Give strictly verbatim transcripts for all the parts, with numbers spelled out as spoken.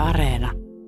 Areena.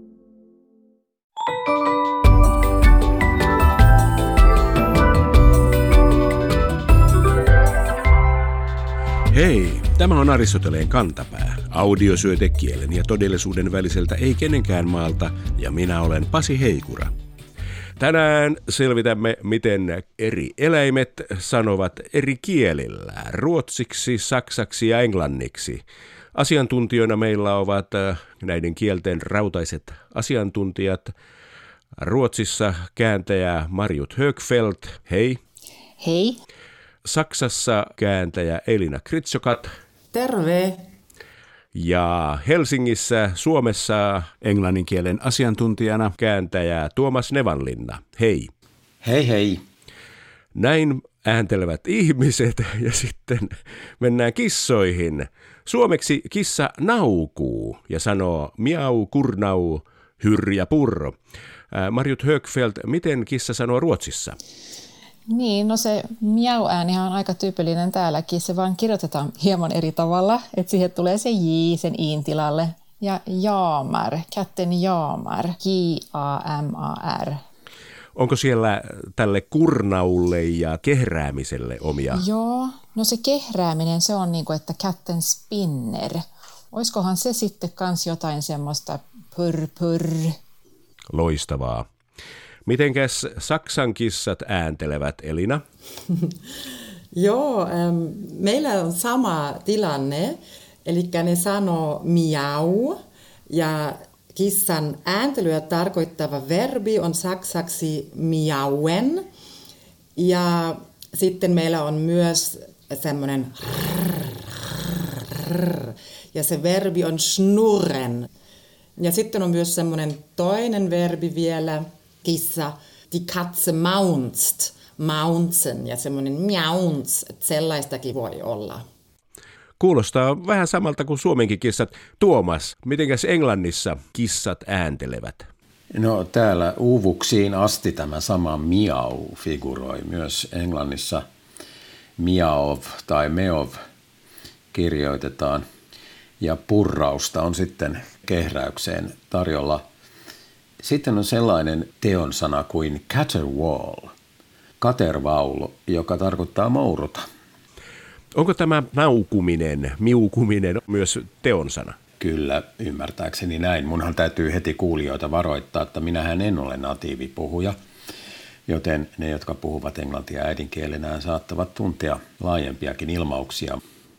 Hei, tämä on Aristoteleen kantapää, audiosyöte kielen ja todellisuuden väliseltä ei kenenkään maalta, ja minä olen Pasi Heikura. Tänään selvitämme, miten eri eläimet sanovat eri kielillä, ruotsiksi, saksaksi ja englanniksi. Asiantuntijoina meillä ovat näiden kielten rautaiset asiantuntijat. Ruotsissa kääntäjä Marjut Högfeldt, hei. Hei. Saksassa kääntäjä Elina Kritsokat. Terve. Ja Helsingissä, Suomessa englannin kielen asiantuntijana kääntäjä Tuomas Nevanlinna. Hei. Hei hei. Näin ääntelevät ihmiset ja sitten mennään kissoihin. Suomeksi kissa naukuu ja sanoo miau, kurnau, hyr ja purro. Marjut Högfeldt, miten kissa sanoo ruotsissa? Niin, no se miau-äänihän on aika tyypillinen täälläkin, se vaan kirjoitetaan hieman eri tavalla, että siihen tulee se j sen iin tilalle. Ja jaamar, katten jaamar, J-A-M-A-R. Onko siellä tälle kurnaulle ja kehräämiselle omia? Joo, no se kehrääminen, se on niin kuin, että katten spinner. Oiskohan se sitten kans jotain semmoista purr purr? Loistavaa. Mitenkäs Saksan kissat ääntelevät, Elina? Joo, ähm, meillä on sama tilanne, eli ne sanoo miau, ja kissan ääntelyä tarkoittava verbi on saksaksi miauen, ja sitten meillä on myös semmoinen ja se verbi on schnurren. Ja sitten on myös semmoinen toinen verbi vielä, kissa, die Katze maunzt, maunzen ja semmoinen miaunz, että sellaistakin voi olla. Kuulostaa vähän samalta kuin suomenkin kissat. Tuomas, mitenkäs Englannissa kissat ääntelevät? No täällä uuvuksiin asti tämä sama miau figuroi myös Englannissa. Miaov tai meov kirjoitetaan ja purrausta on sitten kehräykseen tarjolla. Sitten on sellainen teonsana kuin caterwaul, katervaulu, joka tarkoittaa mouruta. Onko tämä naukuminen, miukuminen myös teonsana? Kyllä, ymmärtääkseni näin. Munhan täytyy heti kuulijoita varoittaa, että minähän en ole natiivipuhuja, joten ne, jotka puhuvat englantia äidinkielenään, saattavat tuntea laajempiakin ilmauksia.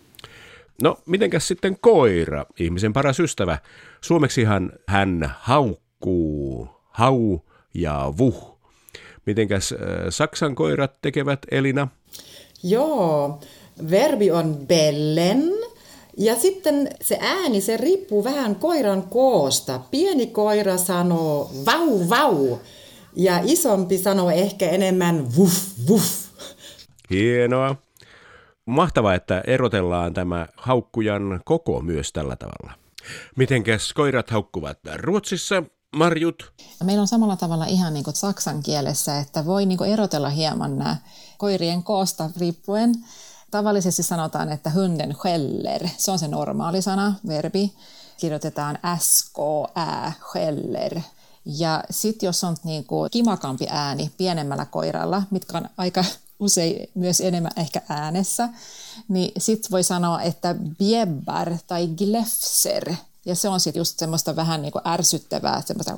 No, mitenkäs sitten koira, ihmisen paras ystävä? Suomeksihan hän haukkuu, hau ja vuh. Mitenkäs äh, Saksan koirat tekevät, Elina? Joo, verbi on bellen, ja sitten se ääni, se riippuu vähän koiran koosta. Pieni koira sanoo vau vau, ja isompi sanoo ehkä enemmän vuff vuff. Hienoa. Mahtavaa, että erotellaan tämä haukkujan koko myös tällä tavalla. Mitenkäs koirat haukkuvat Ruotsissa, Marjut? Meillä on samalla tavalla ihan niin kuin saksan kielessä, että voi niin kuin erotella hieman nämä koirien koosta riippuen. Tavallisesti sanotaan, että hunden skäller, se on se normaali sana, verbi. Kirjoitetaan S-K-Ä, skäller. Ja sitten jos on niin kuin kimakampi ääni pienemmällä koiralla, mitkä on aika usein myös enemmän ehkä äänessä, niin sitten voi sanoa, että bjebbar tai glefser. Ja se on sitten just semmoista vähän niinku ärsyttävää, semmoista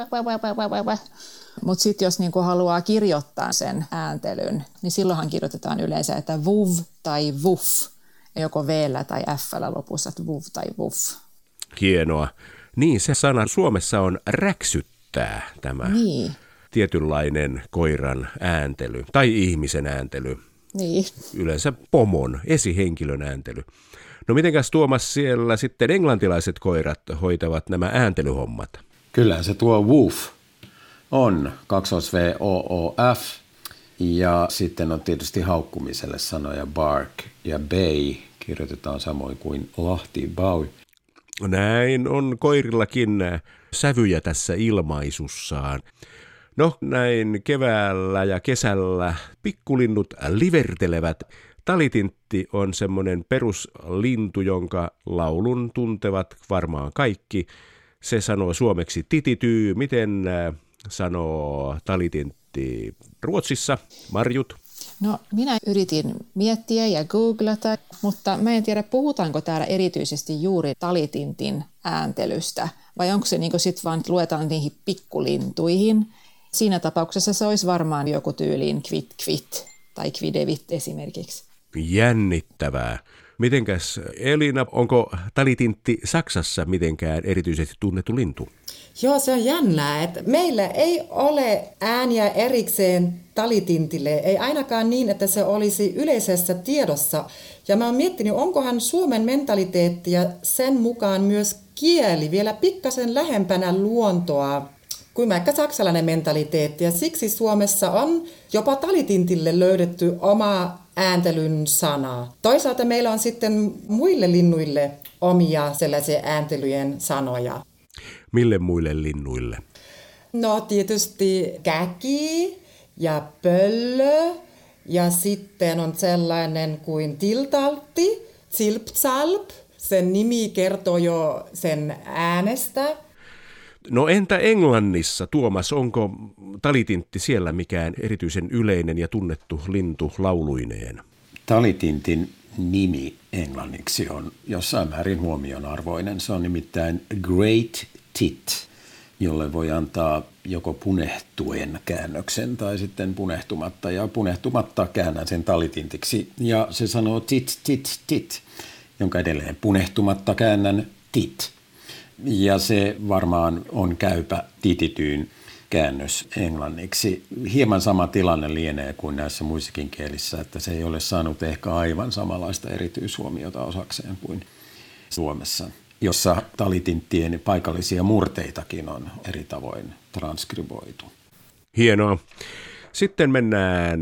mutta sitten jos niinku haluaa kirjoittaa sen ääntelyn, niin silloinhan kirjoitetaan yleensä, että vuv tai vuff, joko v-llä tai f-llä lopussa, että vuv tai vuff. Hienoa. Niin, se sana Suomessa on räksyttää tämä. Niin. Tietynlainen koiran ääntely tai ihmisen ääntely. Niin. Yleensä pomon, esihenkilön ääntely. No mitenkäs Tuomas siellä sitten englantilaiset koirat hoitavat nämä ääntelyhommat? Kyllä se tuo woof on, kaksos V O O F, ja sitten on tietysti haukkumiselle sanoja bark ja bay, kirjoitetaan samoin kuin lahti, bau. Näin on koirillakin sävyjä tässä ilmaisussaan. No näin keväällä ja kesällä pikkulinnut livertelevät. Talitintti on semmoinen peruslintu, jonka laulun tuntevat varmaan kaikki. Se sanoo suomeksi titityy. Miten sanoo talitintti Ruotsissa? Marjut? No minä yritin miettiä ja googlata, mutta mä en tiedä puhutaanko täällä erityisesti juuri talitintin ääntelystä vai onko se niin kuin sit vaan luetaan niihin pikkulintuihin. Siinä tapauksessa se olisi varmaan joku tyyliin kvit kvit tai kvidevit esimerkiksi. Jännittävää. Mitenkäs Elina, onko talitintti Saksassa mitenkään erityisesti tunnettu lintu? Joo, se on jännää, että meillä ei ole ääniä erikseen talitintille, ei ainakaan niin, että se olisi yleisessä tiedossa. Ja mä oon miettinyt, onkohan Suomen mentaliteetti ja sen mukaan myös kieli vielä pikkasen lähempänä luontoa kuin vaikka saksalainen mentaliteetti. Ja siksi Suomessa on jopa talitintille löydetty oma ääntelyn sana. Toisaalta meillä on sitten muille linnuille omia sellaisia ääntelyjen sanoja. Mille muille linnuille? No tietysti käki ja pöllö ja sitten on sellainen kuin tiltaltti, zilpzalp. Sen nimi kertoo jo sen äänestä. No entä Englannissa, Tuomas, onko talitintti siellä mikään erityisen yleinen ja tunnettu lintu lauluineen? Talitintin nimi englanniksi on jossain määrin huomionarvoinen. Se on nimittäin Great Tit, jolle voi antaa joko punehtuen käännöksen tai sitten punehtumatta. Ja punehtumatta käännän sen talitintiksi ja se sanoo tit, tit, tit, jonka edelleen punehtumatta käännän tit. Ja se varmaan on käypä titityyn käännös englanniksi. Hieman sama tilanne lienee kuin näissä muissakin kielissä, että se ei ole saanut ehkä aivan samanlaista erityishuomiota osakseen kuin Suomessa, jossa talitinttien paikallisia murteitakin on eri tavoin transkriboitu. Hienoa. Sitten mennään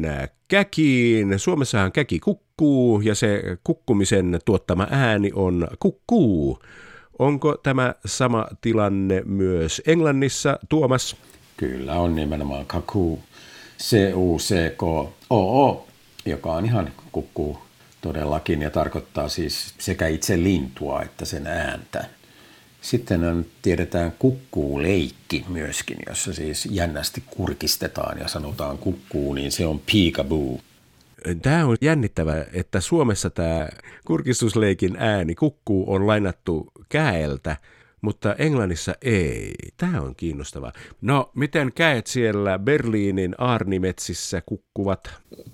käkiin. Suomessahan käki kukkuu ja se kukkumisen tuottama ääni on kukkuu. Onko tämä sama tilanne myös Englannissa, Tuomas? Kyllä on nimenomaan kakuu, C U C K O O, joka on ihan kukkuu todellakin ja tarkoittaa siis sekä itse lintua että sen ääntä. Sitten on, tiedetään kukkuuleikki myöskin, jossa siis jännästi kurkistetaan ja sanotaan kukkuu, niin se on peekaboo. Tämä on jännittävää, että Suomessa tämä kurkistusleikin ääni kukkuu on lainattu käeltä, mutta Englannissa ei. Tämä on kiinnostavaa. No, miten käet siellä Berliinin aarnimetsissä kukkuvat?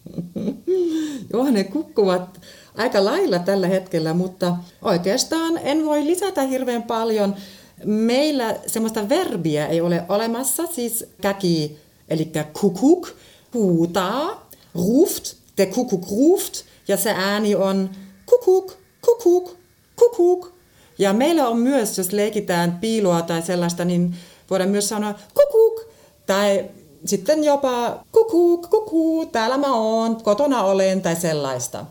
Joo, ne kukkuvat aika lailla tällä hetkellä, mutta oikeastaan en voi lisätä hirveän paljon. Meillä semmoista verbiä ei ole olemassa, siis käki, eli kukuk, huutaa, ruft, der Kuckuck ruft, ja se ääni on kukuk, kukuk, kukuk. Ja meillä on myös, jos leikitään piiloa tai sellaista, niin voidaan myös sanoa kukuk, tai sitten jopa kukuk, kukuu, täällä mä oon, kotona olen, tai sellaista.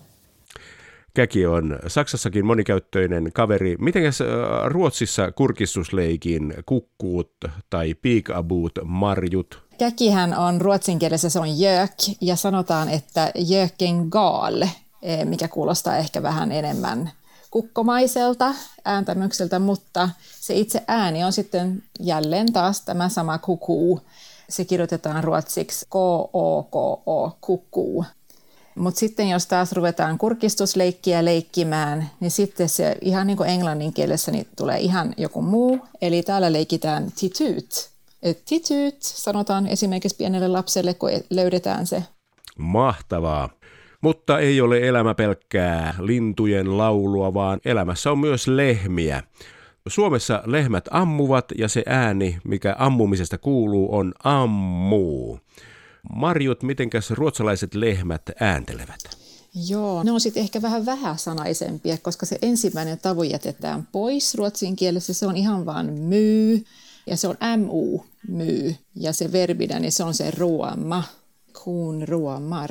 Käki on Saksassakin monikäyttöinen kaveri. Mitenkäs Ruotsissa kurkistusleikin kukkuut tai peekaboot marjut? Käkihän on ruotsin kielessä, se on jök, ja sanotaan, että jöken gal, mikä kuulostaa ehkä vähän enemmän kukkomaiselta ääntämykseltä, mutta se itse ääni on sitten jälleen taas tämä sama kukuu. Se kirjoitetaan ruotsiksi K O K O, kukuu. Mutta sitten jos taas ruvetaan kurkistusleikkiä leikkimään, niin sitten se ihan niin kuin englannin kielessä niin tulee ihan joku muu. Eli täällä leikitään tityyt. Tityyt sanotaan esimerkiksi pienelle lapselle, kun löydetään se. Mahtavaa. Mutta ei ole elämä pelkkää lintujen laulua, vaan elämässä on myös lehmiä. Suomessa lehmät ammuvat ja se ääni, mikä ammumisesta kuuluu, on ammuu. Marjut, mitenkäs ruotsalaiset lehmät ääntelevät? Joo, ne on sitten ehkä vähän vähäsanaisempia, koska se ensimmäinen tavu jätetään pois ruotsin kielessä. Se on ihan vaan myy ja se on mu, myy. Ja se verbinä, niin se on se ruoma, kuun ruomar.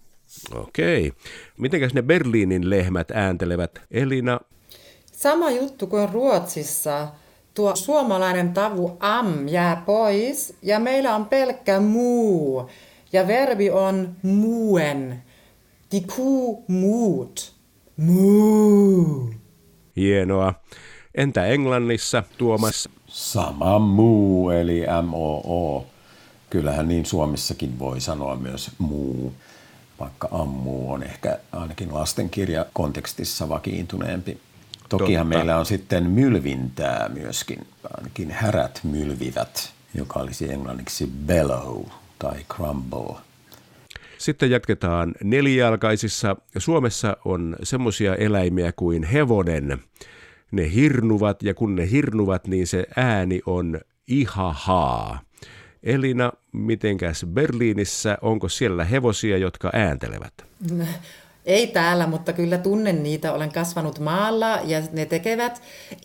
Okei. Mitenkäs ne Berliinin lehmät ääntelevät? Elina? Sama juttu kuin Ruotsissa. Tuo suomalainen tavu am jää pois ja meillä on pelkkä muu. Ja verbi on muen. Die Kuh muut. Muu. Hienoa. Entä Englannissa, Tuomas? Sama muu, eli M O O. Kyllähän niin Suomessakin voi sanoa myös muu, vaikka ammu on ehkä ainakin lastenkirjakontekstissa vakiintuneempi. Tokihan Totta. Meillä on sitten mylvintää myöskin, ainakin härät mylvivät, joka olisi englanniksi bellow tai crumble. Sitten jatketaan nelijalkaisissa. Suomessa on semmoisia eläimiä kuin hevonen. Ne hirnuvat ja kun ne hirnuvat, niin se ääni on ihahaa. Elina, mitenkäs Berliinissä, onko siellä hevosia, jotka ääntelevät? Ei täällä, mutta kyllä tunnen niitä. Olen kasvanut maalla ja ne tekevät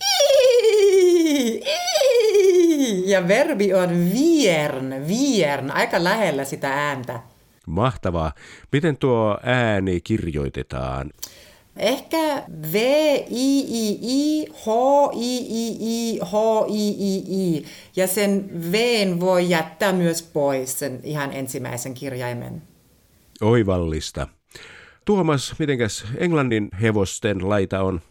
ii, ii, ja verbi on viern, viern, aika lähellä sitä ääntä. Mahtavaa. Miten tuo ääni kirjoitetaan? Ehkä V, I, I, I, H, I, I, I, H, I, I, I. Ja sen V:n voi jättää myös pois, sen ihan ensimmäisen kirjaimen. Oivallista. Tuomas, mitenkäs englannin hevosten laita on?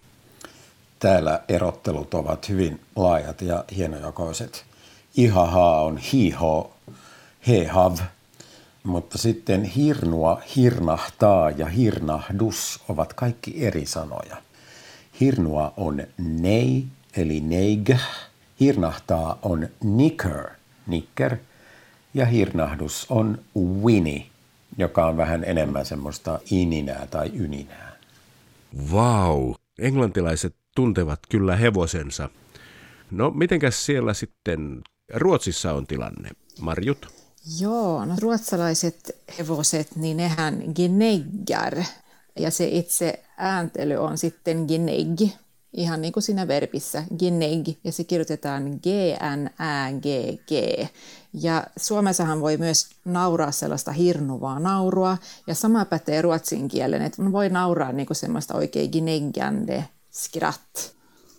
Täällä erottelut ovat hyvin laajat ja hienojakoiset. Ihaha on hiho, hehav. Mutta sitten hirnua, hirnahtaa ja hirnahdus ovat kaikki eri sanoja. Hirnua on nei, eli neig. Hirnahtaa on nicker, nicker. Ja hirnahdus on whinny, joka on vähän enemmän semmoista ininää tai yninää. Vau, englantilaiset tuntevat kyllä hevosensa. No, mitenkäs siellä sitten Ruotsissa on tilanne? Marjut? Joo, no ruotsalaiset hevoset, niin nehän gneggar. Ja se itse ääntely on sitten gneg, ihan niin kuin siinä verbissä, gneg. Ja se kirjoitetaan G N Ä G G. Ja Suomessahan voi myös nauraa sellaista hirnuvaa naurua. Ja sama pätee ruotsin kielen, että voi nauraa niin kuin semmoista oikein gneggande skratt.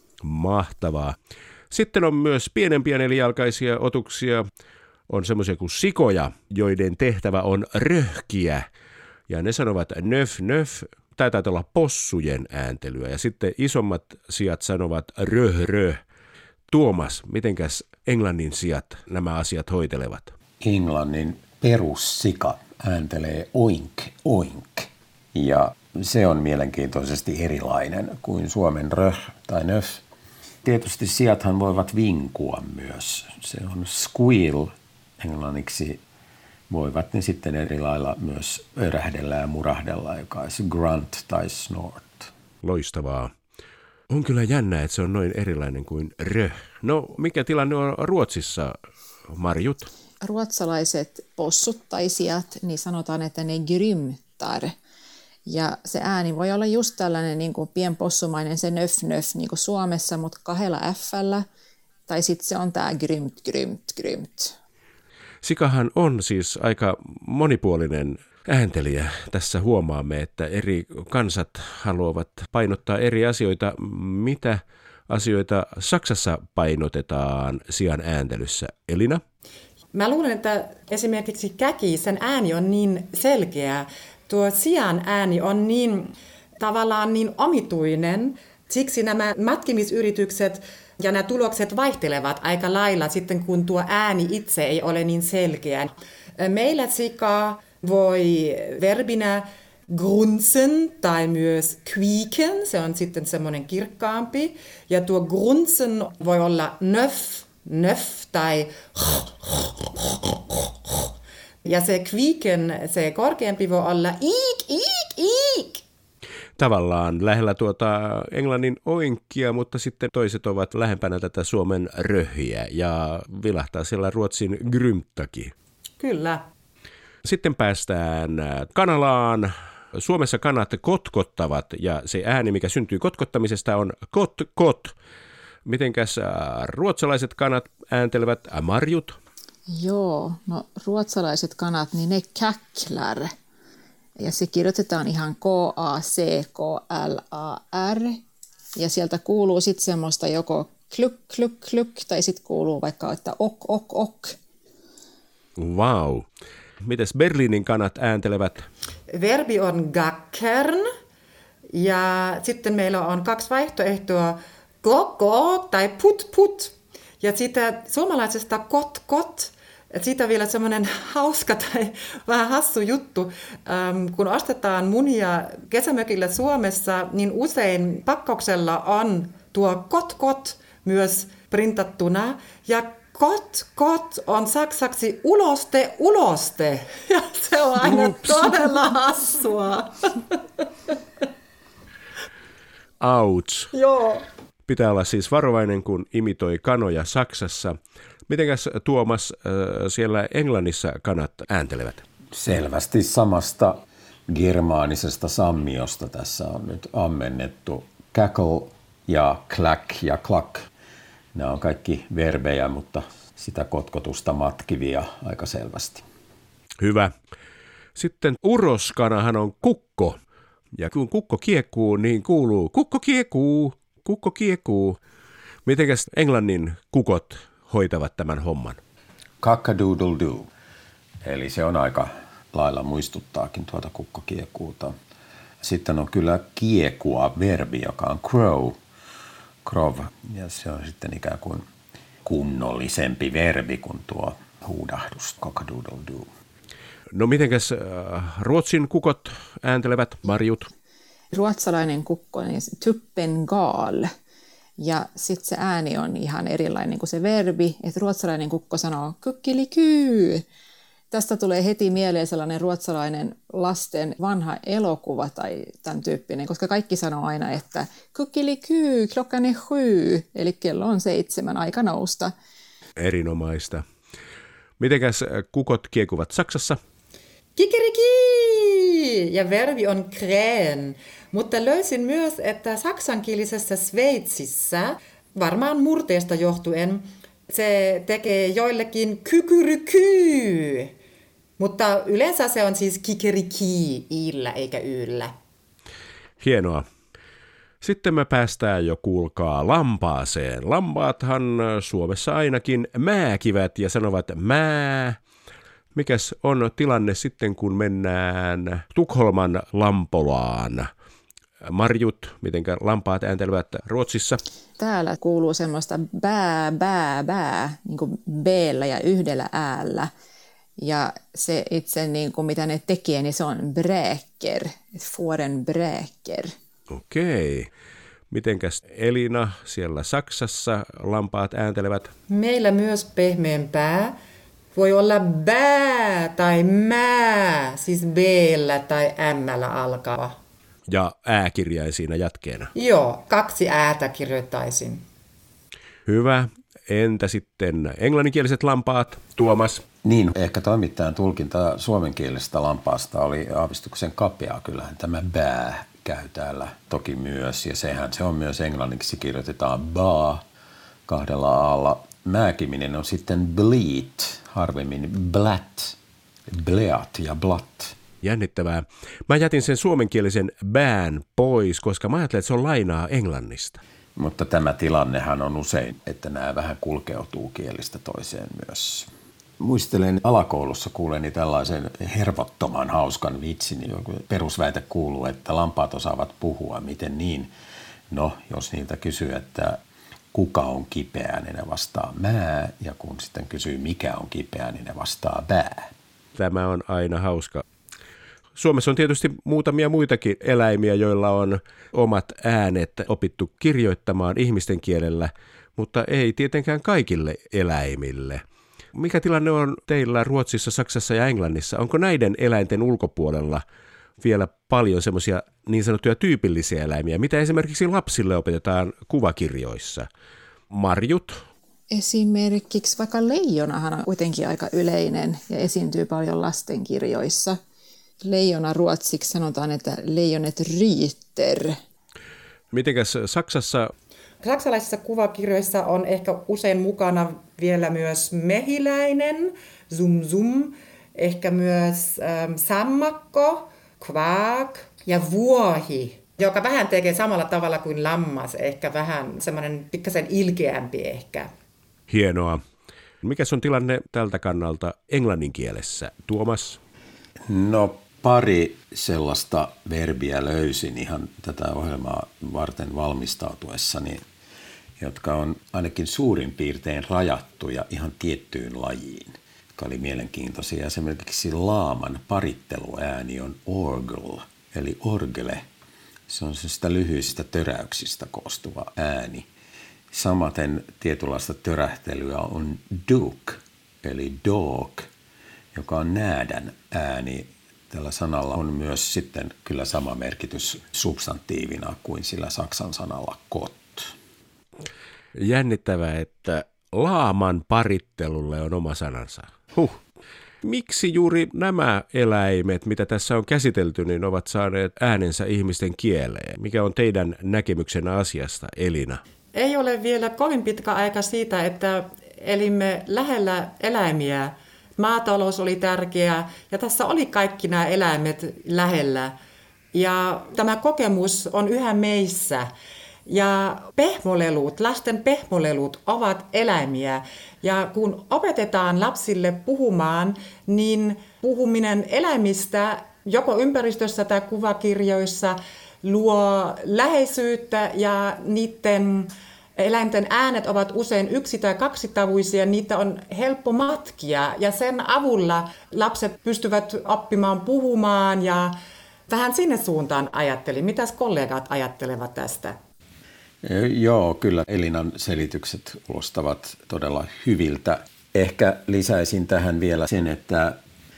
Mahtavaa. Sitten on myös pienempiä nelijalkaisia otuksia. On semmoisia kuin sikoja, joiden tehtävä on röhkiä. Ja ne sanovat nöf nöf, tai taitaa olla possujen ääntelyä. Ja sitten isommat sijat sanovat röh röh. Tuomas, mitenkäs englannin sijat nämä asiat hoitelevat? Englannin perussika ääntelee oink oink. Ja se on mielenkiintoisesti erilainen kuin suomen röh tai nöf. Tietysti sijathan voivat vinkua myös. Se on squeal. Englanniksi voivat ne sitten eri lailla myös örähdellä ja murahdella, joka olisi grunt tai snort. Loistavaa. On kyllä jännä, että se on noin erilainen kuin röh. No, mikä tilanne on Ruotsissa, Marjut? Ruotsalaiset possut tai sijat, niin sanotaan, että ne grymtar. Ja se ääni voi olla just tällainen niin kuin pienpossumainen, se nöf nöf, niin kuin Suomessa, mutta kahdella F:llä. Tai sitten se on tämä grymt, grymt, grymt. Sikahan on siis aika monipuolinen ääntelijä. Tässä huomaamme, että eri kansat haluavat painottaa eri asioita. Mitä asioita Saksassa painotetaan sian ääntelyssä? Elina? Mä luulen, että esimerkiksi käki, sen ääni on niin selkeä. Tuo sian ääni on niin tavallaan niin omituinen. Siksi nämä matkimisyritykset ja nämä tulokset vaihtelevat aika lailla sitten, kun tuo ääni itse ei ole niin selkeä. Meillä sika voi verbinä grunzen tai myös quieken, se on sitten semmoinen kirkkaampi. Ja tuo grunzen voi olla nöf, nöf tai ja se quieken, se korkeampi voi olla iik, iik, iik. Tavallaan lähellä tuota englannin oinkkia, mutta sitten toiset ovat lähempänä tätä suomen röhiä ja vilahtaa siellä ruotsin grymttakin. Kyllä. Sitten päästään kanalaan. Suomessa kanat kotkottavat ja se ääni, mikä syntyy kotkottamisesta, on kot, kot. Mitenkäs ruotsalaiset kanat ääntelevät? Marjut? Joo, no ruotsalaiset kanat, niin ne käklär. Ja se kirjoitetaan ihan K A C K L A R. Ja sieltä kuuluu sitten semmoista joko kluk, kluk, kluk, tai sitten kuuluu vaikka, että ok, ok, ok. Vau. Wow. Mites Berliinin kanat ääntelevät? Verbi on gackern. Ja sitten meillä on kaksi vaihtoehtoa. koko tai put put. Ja siitä suomalaisesta kot kot. Et siitä vielä semmoinen hauska tai vähän hassu juttu. Ähm, kun ostetaan munia kesämökillä Suomessa, niin usein pakkauksella on tuo kot kot myös printattuna. Ja kot kot on saksaksi uloste uloste. Ja se on aina Ups. todella hassua. Ouch. Joo. Pitää olla siis varovainen, kun imitoi kanoja Saksassa. Mitenkäs Tuomas siellä Englannissa kanat ääntelevät? Selvästi samasta germaanisesta sammiosta tässä on nyt ammennettu. Cackle ja clack ja cluck. Nämä on kaikki verbejä, mutta sitä kotkotusta matkivia aika selvästi. Hyvä. Sitten uroskanahan on kukko. Ja kun kukko kiekuu, niin kuuluu kukko kiekuu, kukko kiekuu. Mitenkäs Englannin kukot hoitavat tämän homman? Cock-a-doodle-doo. Eli se on aika lailla muistuttaakin tuota kukkokiekuuta. Sitten on kyllä kiekua verbi, joka on crow. Crow. Ja se on sitten ikään kuin kunnollisempi verbi kuin tuo huudahdus. Cock-a-doodle-doo. No mitenkäs äh, Ruotsin kukot ääntelevät, Marjut? Ruotsalainen kukko, niin tuppengal. Ja sitten se ääni on ihan erilainen kuin se verbi, että ruotsalainen kukko sanoo kukkilikyy. Tästä tulee heti mieleen sellainen ruotsalainen lasten vanha elokuva tai tämän tyyppinen, koska kaikki sanoo aina, että kukkilikyy, klockan är sju, eli kello on seitsemän, aika nousta. Erinomaista. Mitenkäs kukot kiekuvat Saksassa? Kikeriki! Ja verbi on kräen. Mutta löysin myös, että saksankielisessä Sveitsissä, varmaan murteesta johtuen, se tekee joillekin kykyryky. Mutta yleensä se on siis kikeriki, illä eikä yllä. Hienoa. Sitten me päästään jo, kuulkaa, lampaaseen. Lampaathan Suomessa ainakin määkivät ja sanovat mää. Mikäs on tilanne sitten, kun mennään Tukholman Lampolaan? Marjut, mitenkä lampaat ääntelevät Ruotsissa? Täällä kuuluu semmoista bää, bää, bää, niin kuin b-llä ja yhdellä äällä. Ja se itse, niin kuin mitä ne tekee, niin se on bräker, fåren bräker. Okei. Mitenkäs Elina siellä Saksassa lampaat ääntelevät? Meillä myös pehmeämpää. Voi olla bää tai mää, siis b-llä tai m-llä alkava. Ja ääkirjain siinä jatkeena. Joo, kaksi äätä kirjoittaisin. Hyvä. Entä sitten englanninkieliset lampaat, Tuomas? Niin, ehkä toimittajan tulkinta suomenkielisestä lampaasta oli aavistuksen kapea. Kyllähän tämä bää käy täällä toki myös, ja sehän se on myös englanniksi, kirjoitetaan baa kahdella aalla. Määkiminen on sitten bleat, harvemmin blat, bleat ja blat. Jännittävää. Mä jätin sen suomenkielisen bään pois, koska mä ajattelen, että se on lainaa englannista. Mutta tämä tilannehan on usein, että nämä vähän kulkeutuu kielistä toiseen myös. Muistelen alakoulussa kuuleni tällaisen hervottoman hauskan vitsin, joku perusväite kuuluu, että lampaat osaavat puhua. Miten niin? No, jos niiltä kysyy, että kuka on kipeä, niin ne vastaa mää, ja kun sitten kysyy, mikä on kipeä, niin ne vastaa bää. Tämä on aina hauska. Suomessa on tietysti muutamia muitakin eläimiä, joilla on omat äänet opittu kirjoittamaan ihmisten kielellä, mutta ei tietenkään kaikille eläimille. Mikä tilanne on teillä Ruotsissa, Saksassa ja Englannissa? Onko näiden eläinten ulkopuolella vielä paljon semmoisia niin sanottuja tyypillisiä eläimiä, mitä esimerkiksi lapsille opetetaan kuvakirjoissa? Marjut? Esimerkiksi vaikka leijonahan on kuitenkin aika yleinen ja esiintyy paljon lastenkirjoissa. Leijona ruotsiksi sanotaan, että leijonet ryter. Mitenkäs Saksassa? Saksalaisissa kuvakirjoissa on ehkä usein mukana vielä myös mehiläinen, zum zum, ehkä myös ähm, sammakko, kvak ja vuohi, joka vähän tekee samalla tavalla kuin lammas, ehkä vähän semmoinen pikkasen ilkeämpi ehkä. Hienoa. Mikäs on tilanne tältä kannalta englannin kielessä, Tuomas? No pari sellaista verbiä löysin ihan tätä ohjelmaa varten valmistautuessani. jotka on ainakin suurin piirtein rajattuja ihan tiettyyn lajiin, jotka oli mielenkiintoisia. Esimerkiksi laaman paritteluääni on orgle, eli orgele. Se on sitä lyhyistä töräyksistä koostuva ääni. Samaten tietynlaista törähtelyä on duk, eli dog, joka on näädän ääni. Tällä sanalla on myös sitten kyllä sama merkitys substantiivina kuin sillä saksan sanalla kot. Jännittävää, että laaman parittelulle on oma sanansa. Huh. Miksi juuri nämä eläimet, mitä tässä on käsitelty, niin ovat saaneet äänensä ihmisten kieleen? Mikä on teidän näkemyksenä asiasta, Elina? Ei ole vielä kovin pitkä aika siitä, että elimme lähellä eläimiä. Maatalous oli tärkeää ja tässä oli kaikki nämä eläimet lähellä. Ja tämä kokemus on yhä meissä. Ja pehmolelut, lasten pehmolelut ovat eläimiä. Ja kun opetetaan lapsille puhumaan, niin puhuminen eläimistä joko ympäristössä tai kuvakirjoissa luo läheisyyttä ja niiden eläinten äänet ovat usein yksi- tai kaksitavuisia, niitä on helppo matkia ja sen avulla lapset pystyvät oppimaan puhumaan ja vähän sinne suuntaan ajattelin. Mitäs kollegat ajattelevat tästä? Joo, kyllä Elinan selitykset kuulostavat todella hyviltä. Ehkä lisäisin tähän vielä sen, että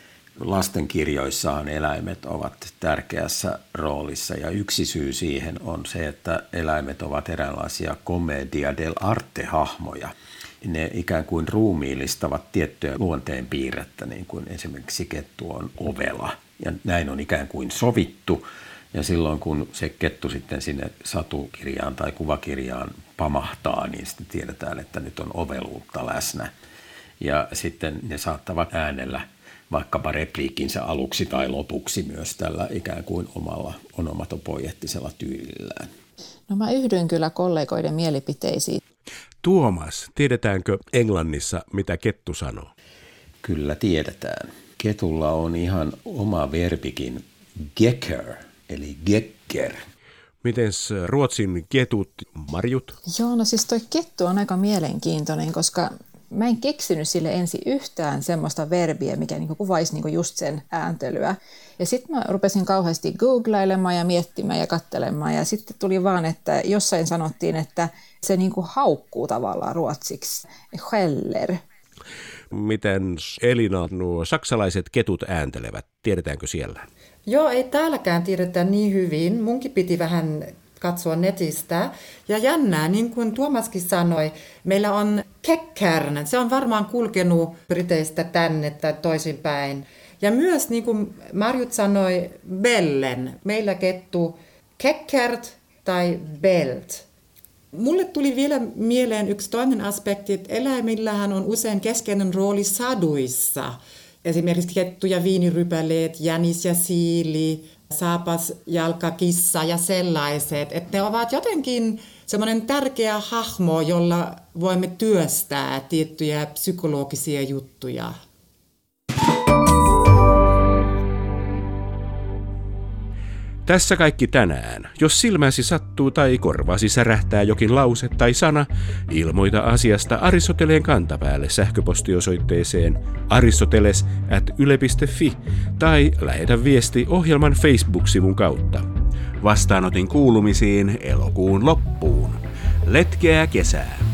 lastenkirjoissahan eläimet ovat tärkeässä roolissa ja yksi syy siihen on se, että eläimet ovat eräänlaisia commedia dell'arte-hahmoja. Ne ikään kuin ruumiillistavat tiettyä luonteenpiirrettä, niin kuin esimerkiksi kettu on ovela ja näin on ikään kuin sovittu. Ja silloin kun se kettu sitten sinne satukirjaan tai kuvakirjaan pamahtaa, niin sitten tiedetään, että nyt on oveluutta läsnä. Ja sitten ne saattavat äänellä vaikkapa repliikkinsä aluksi tai lopuksi myös tällä ikään kuin omalla onomatopoiettisella tyylillään. No mä yhdyn kyllä kollegoiden mielipiteisiin. Tuomas, tiedetäänkö Englannissa, mitä kettu sanoo? Kyllä tiedetään. Ketulla on ihan oma verbikin gecker, eli gecker. Miten ruotsin ketut, marjut? Joo, no siis toi kettu on aika mielenkiintoinen, koska mä en keksinyt sille ensin yhtään semmoista verbiä, mikä niinku kuvaisi niinku just sen ääntelyä. Ja sitten mä rupesin kauheasti googlailemaan ja miettimään ja katselemaan. Ja sitten tuli vaan, että jossain sanottiin, että se niinku haukkuu tavallaan ruotsiksi. Skäller. Miten Elina nuo saksalaiset ketut ääntelevät? Tiedetäänkö siellä? Joo, ei täälläkään tiedetä niin hyvin. Munkin piti vähän katsoa netistä. Ja jännää, niin kuin Tuomaskin sanoi, meillä on kekkern. Se on varmaan kulkenut Briteistä tänne tai toisinpäin. Ja myös, niin kuin Marjut sanoi, bellen. Meillä kettu kekkert tai belt. Mulle tuli vielä mieleen yksi toinen aspekti, että eläimillähän on usein keskeinen rooli saduissa. Esimerkiksi kettu ja viinirypäleet, jänis ja siili, saapas, jalkakissa ja sellaiset. Että ne ovat jotenkin semmoinen tärkeä hahmo, jolla voimme työstää tiettyjä psykologisia juttuja. Tässä kaikki tänään. Jos silmäsi sattuu tai korvasi särähtää jokin lause tai sana, ilmoita asiasta Aristoteleen kantapäälle sähköpostiosoitteeseen aristoteles at yle piste fi tai lähetä viesti ohjelman Facebook-sivun kautta. Vastaanotin kuulumisiin elokuun loppuun. Letkeää kesää!